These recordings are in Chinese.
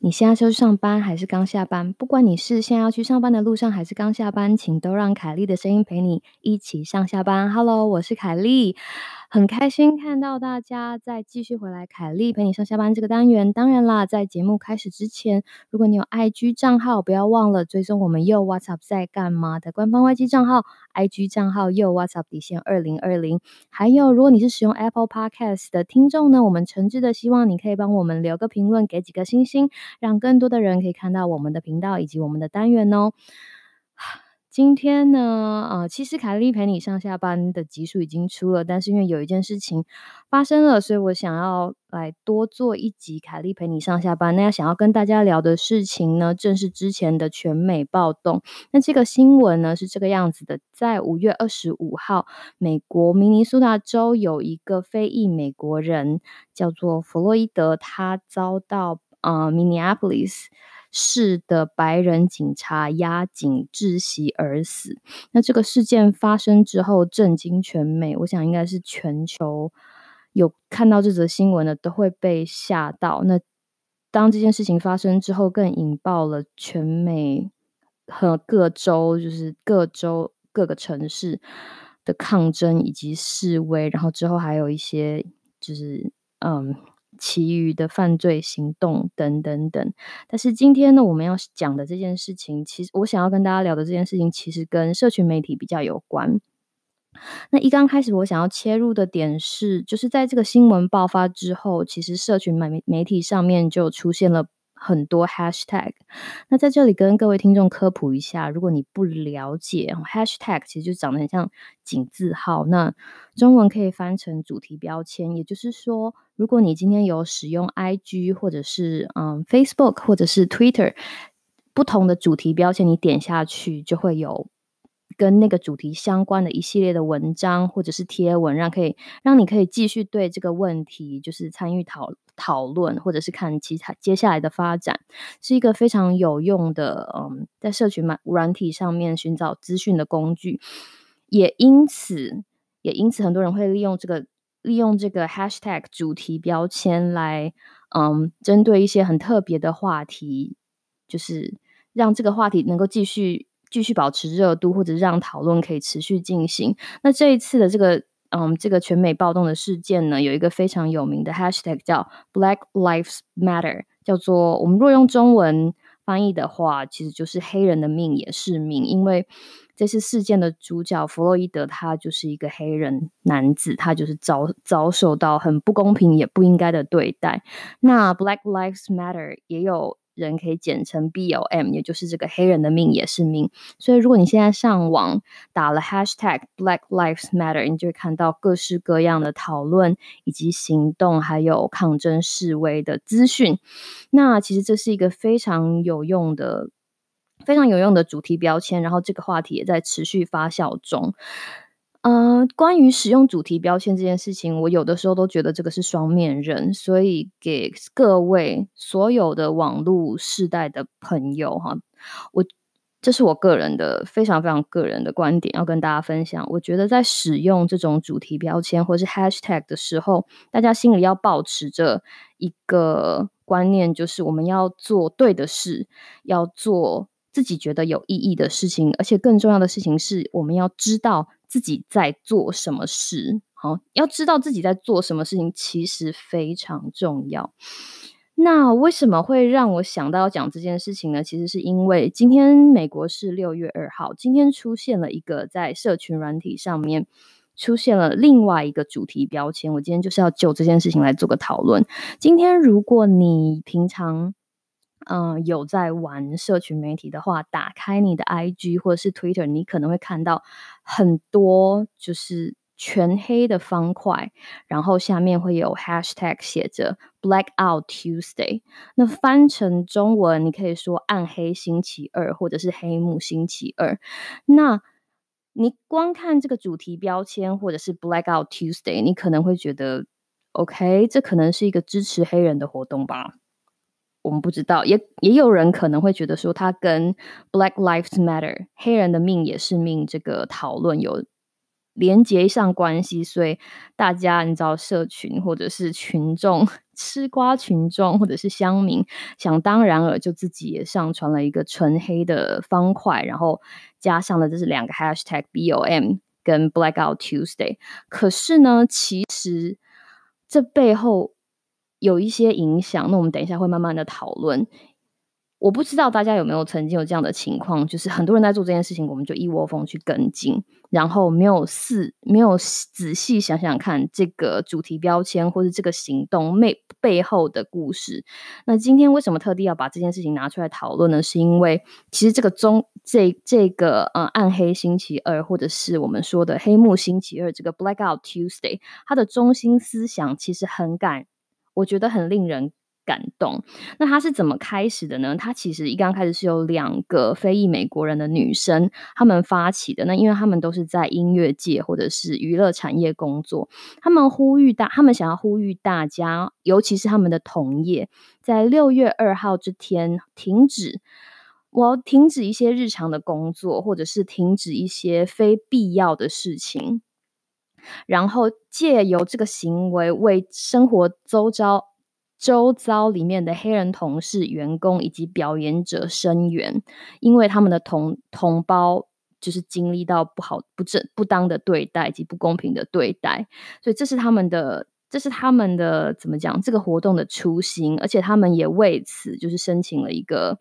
你现在是上班还是刚下班？不管你是现在要去上班的路上还是刚下班，请都让凯莉的声音陪你一起上下班。Hello，我是凯莉，很开心看到大家再继续回来凯莉陪你上下班这个单元。当然啦，在节目开始之前，如果你有 IG 账号，不要忘了追踪我们又 WhatsApp 在干嘛的官方 YT 账号、IG 账号又 WhatsApp 2020。还有，如果你是使用 Apple Podcast 的听众呢，我们诚挚的希望你可以帮我们留个评论，给几个星星，让更多的人可以看到我们的频道以及我们的单元哦。今天呢，其实凯莉陪你上下班的集数已经出了，但是因为有一件事情发生了，所以我想要来多做一集凯莉陪你上下班。那想要跟大家聊的事情呢，正是之前的全美暴动。那这个新闻呢是这个样子的，在5月25号，美国明尼苏达州有一个非裔美国人叫做弗洛伊德，他遭到Minneapolis 市的白人警察压颈窒息而死。那这个事件发生之后震惊全美，我想应该是全球有看到这则新闻的都会被吓到。那当这件事情发生之后，更引爆了全美和各州，就是各州各个城市的抗争以及示威，然后之后还有一些就是其余的犯罪行动等等等。但是今天呢，我们要讲的这件事情，其实我想要跟大家聊的这件事情，其实跟社群媒体比较有关。那一刚开始我想要切入的点是，就是在这个新闻爆发之后，其实社群媒体上面就出现了很多 hashtag。那在这里跟各位听众科普一下，如果你不了解 hashtag 其实就长得很像井字号，那中文可以翻成主题标签。也就是说，如果你今天有使用 IG 或者是Facebook 或者是 Twitter 不同的主题标签，你点下去就会有跟那个主题相关的一系列的文章或者是贴文，让你可以继续对这个问题就是参与讨论，或者是看其他接下来的发展，是一个非常有用的在社群软体上面寻找资讯的工具。也因此很多人会利用这个 hashtag 主题标签来针对一些很特别的话题，就是让这个话题能够继续保持热度，或者让讨论可以持续进行。那这一次的这个全美暴动的事件呢，有一个非常有名的 hashtag 叫 Black Lives Matter， 叫做我们若用中文翻译的话，其实就是黑人的命也是命。因为这次事件的主角弗洛伊德，他就是一个黑人男子，他就是遭受到很不公平也不应该的对待。那 Black Lives Matter 也有人可以简称 BLM， 也就是这个黑人的命也是命。所以如果你现在上网打了 hashtag Black Lives Matter， 你就会看到各式各样的讨论以及行动，还有抗争示威的资讯。那其实这是一个非常有用的主题标签，然后这个话题也在持续发酵中。关于使用主题标签这件事情，我有的时候都觉得这个是双面刃，所以给各位所有的网络世代的朋友哈，这是我个人的非常非常个人的观点，要跟大家分享。我觉得在使用这种主题标签或是 hashtag 的时候，大家心里要保持着一个观念，就是我们要做对的事，要做自己觉得有意义的事情，而且更重要的事情是我们要知道自己在做什么事。好，要知道自己在做什么事情其实非常重要。那为什么会让我想到要讲这件事情呢？其实是因为今天美国是6月2号，今天出现了一个在社群软体上面出现了另外一个主题标签，我今天就是要就这件事情来做个讨论。今天如果你平常有在玩社群媒体的话，打开你的 IG 或者是 Twitter， 你可能会看到很多就是全黑的方块，然后下面会有 hashtag 写着 Blackout Tuesday。 那翻成中文你可以说暗黑星期二，或者是黑幕星期二。那你光看这个主题标签或者是 Blackout Tuesday， 你可能会觉得 OK， 这可能是一个支持黑人的活动吧，我们不知道。也有人可能会觉得说它跟 Black Lives Matter 黑人的命也是命这个讨论有连结上关系，所以大家你知道社群或者是群众吃瓜群众或者是乡民想当然尔就自己也上传了一个纯黑的方块，然后加上了这是2个 hashtag BOM 跟 Blackout Tuesday。可是呢，其实这背后有一些影响，那我们等一下会慢慢的讨论。我不知道大家有没有曾经有这样的情况，就是很多人在做这件事情，我们就一窝蜂去跟进，然后没有仔细想想看这个主题标签或是这个行动背后的故事。那今天为什么特地要把这件事情拿出来讨论呢？是因为其实这个暗黑星期二，或者是我们说的黑幕星期二，这个 Blackout Tuesday， 它的中心思想其实我觉得很令人感动。那它是怎么开始的呢？它其实一刚开始是有2个非裔美国人的女生，她们发起的。那因为她们都是在音乐界或者是娱乐产业工作，她们想要呼吁大家，尤其是他们的同业，在6月2号这天我要停止一些日常的工作，或者是停止一些非必要的事情，然后借由这个行为为生活周遭里面的黑人同事、员工以及表演者声援，因为他们的同胞就是经历到不当的对待以及不公平的对待，所以这是他们的怎么讲？这个活动的初心，而且他们也为此就是申请了一个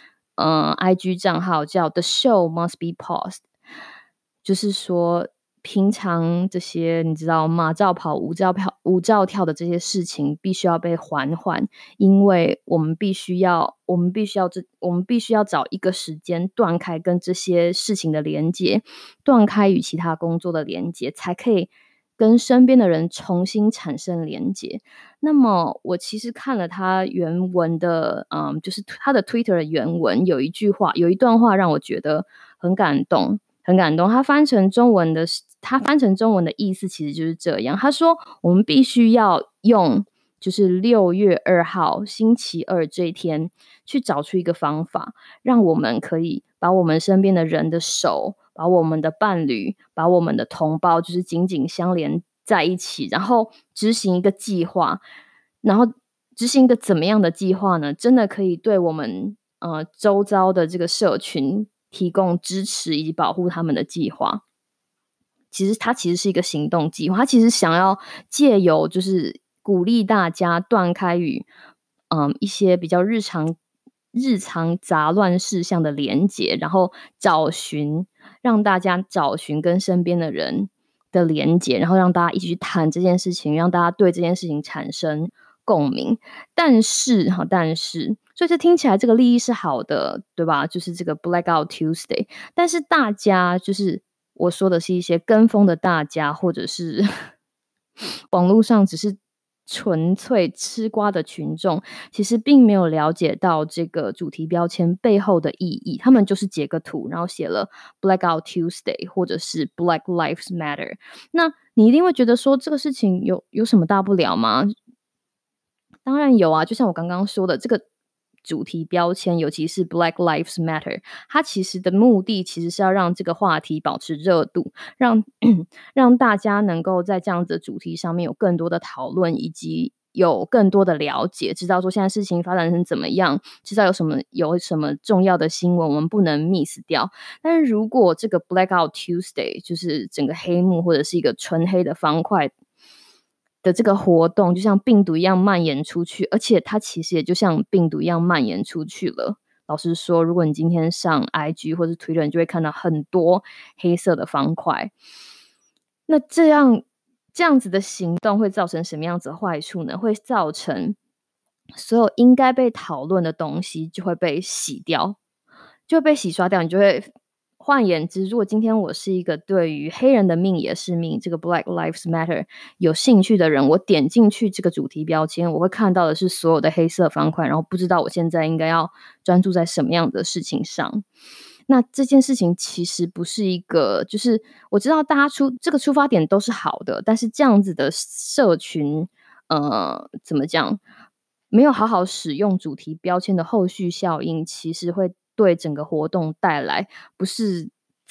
IG 账号叫 The Show Must Be Paused， 就是说平常这些你知道马照跑、舞照跳的这些事情必须要被缓缓，因为我们必须要找一个时间断开跟这些事情的连接，断开与其他工作的连接，才可以跟身边的人重新产生连接。那么我其实看了他原文的就是他的 Twitter 的原文，有一段话让我觉得很感动。他翻成中文的意思其实就是这样。他说我们必须要用就是6月2号星期二这一天去找出一个方法，让我们可以把我们身边的人的手，把我们的伴侣，把我们的同胞就是紧紧相连在一起，然后执行一个计划。然后执行一个怎么样的计划呢？真的可以对我们周遭的这个社群提供支持以及保护他们的计划。它其实是一个行动计划，它其实想要借由就是鼓励大家断开与一些比较日常杂乱事项的连结，然后让大家找寻跟身边的人的连结，然后让大家一起去谈这件事情，让大家对这件事情产生共鸣。但是，所以这听起来这个利益是好的，对吧？就是这个 Blackout Tuesday， 但是大家就是我说的是一些跟风的大家，或者是网络上只是纯粹吃瓜的群众，其实并没有了解到这个主题标签背后的意义。他们就是截个图，然后写了 Blackout Tuesday 或者是 Black Lives Matter。那你一定会觉得说这个事情有什么大不了吗？当然有啊，就像我刚刚说的，这个主题标签，尤其是 Black Lives Matter， 它其实的目的其实是要让这个话题保持热度，让大家能够在这样子的主题上面有更多的讨论，以及有更多的了解，知道说现在事情发展成怎么样，知道有什么重要的新闻我们不能 miss 掉。但是如果这个 Blackout Tuesday 就是整个黑幕或者是一个纯黑的方块的这个活动就像病毒一样蔓延出去，而且它其实也就像病毒一样蔓延出去了。老实说，如果你今天上 IG 或是 Twitter， 你就会看到很多黑色的方块。那这样子的行动会造成什么样子的坏处呢？会造成所有应该被讨论的东西就会被洗刷掉。你就会换言之，如果今天我是一个对于黑人的命也是命，这个 Black Lives Matter 有兴趣的人，我点进去这个主题标签，我会看到的是所有的黑色方块，然后不知道我现在应该要专注在什么样的事情上。那这件事情其实不是一个，就是我知道大家这个出发点都是好的，但是这样子的社群，怎么讲，没有好好使用主题标签的后续效应，其实会对整个活动带来不是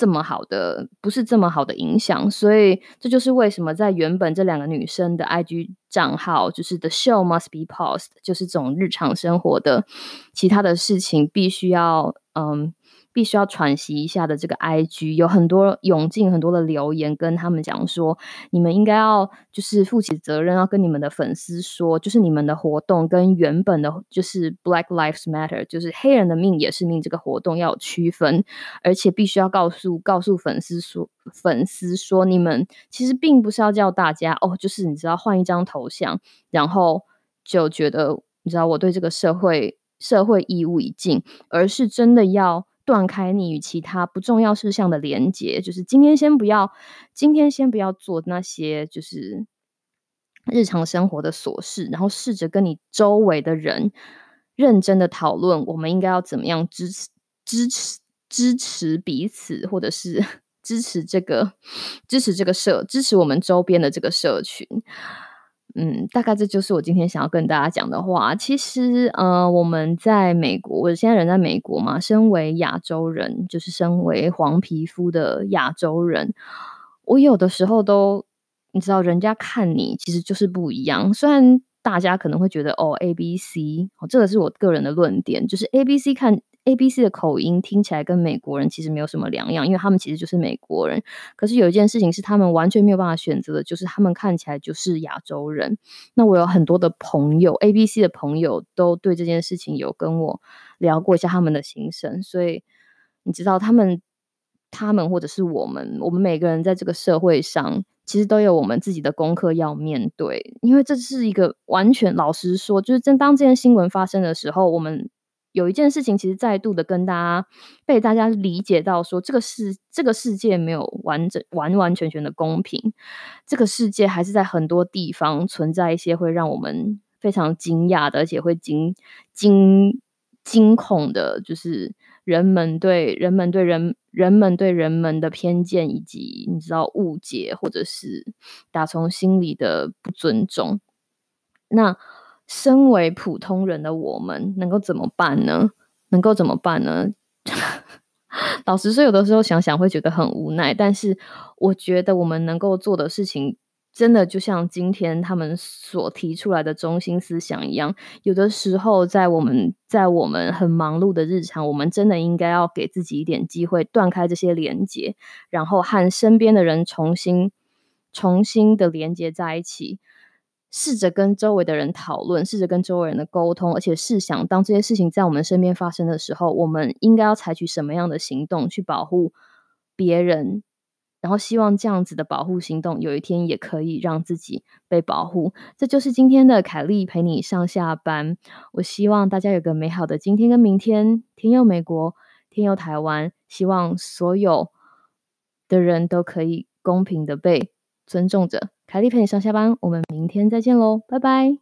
这么好的影响。所以这就是为什么在原本这2个女生的 IG 账号，就是 The show must be paused， 就是这种日常生活的其他的事情必须要喘息一下的这个 IG， 有涌进很多的留言跟他们讲说，你们应该要就是负起责任，要跟你们的粉丝说，就是你们的活动跟原本的就是 Black Lives Matter， 就是黑人的命也是命这个活动要有区分，而且必须要告诉粉丝说你们其实并不是要叫大家就是你知道换一张头像，然后就觉得你知道我对这个社会义务已尽，而是真的要断开你与其他不重要事项的连结，就是今天先不要做那些就是日常生活的琐事，然后试着跟你周围的人认真的讨论，我们应该要怎么样支持彼此，或者是支持我们周边的这个社群。大概这就是我今天想要跟大家讲的话。其实我们在美国，我现在人在美国嘛，身为亚洲人，就是身为黄皮肤的亚洲人，我有的时候都你知道人家看你其实就是不一样。虽然大家可能会觉得ABC，这个是我个人的论点，就是 ABC 的口音听起来跟美国人其实没有什么两样，因为他们其实就是美国人。可是有一件事情是他们完全没有办法选择的，就是他们看起来就是亚洲人。那我有很多的朋友 ABC 的朋友都对这件事情有跟我聊过一下他们的心声，所以你知道他们或者是我们每个人在这个社会上其实都有我们自己的功课要面对。因为这是一个完全老实说，就是当这件新闻发生的时候，我们有一件事情其实再度的被大家理解到说，这个世界没有完完全全的公平，这个世界还是在很多地方存在一些会让我们非常惊讶的，而且会惊恐的，就是人们对人们的偏见，以及你知道误解，或者是打从心里的不尊重。那身为普通人的我们能够怎么办呢？老实说，有的时候想想会觉得很无奈，但是我觉得我们能够做的事情，真的就像今天他们所提出来的中心思想一样，有的时候在我们很忙碌的日常，我们真的应该要给自己一点机会，断开这些连结，然后和身边的人重新的连结在一起，试着跟周围的人讨论，试着跟周围人的沟通，而且试想当这些事情在我们身边发生的时候，我们应该要采取什么样的行动去保护别人，然后希望这样子的保护行动有一天也可以让自己被保护。这就是今天的凯莉陪你上下班，我希望大家有个美好的今天跟明天。天佑美国，天佑台湾，希望所有的人都可以公平的被尊重着。凯莉陪你上下班，我们明天再见喽，拜拜。